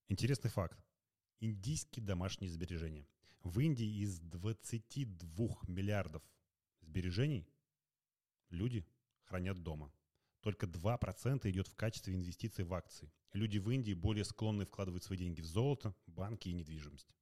Интересный факт. Индийские домашние сбережения. В Индии из 22 миллиардов сбережений люди хранят дома. Только 2% идет в качестве инвестиций в акции. Люди в Индии более склонны вкладывать свои деньги в золото, банки и недвижимость.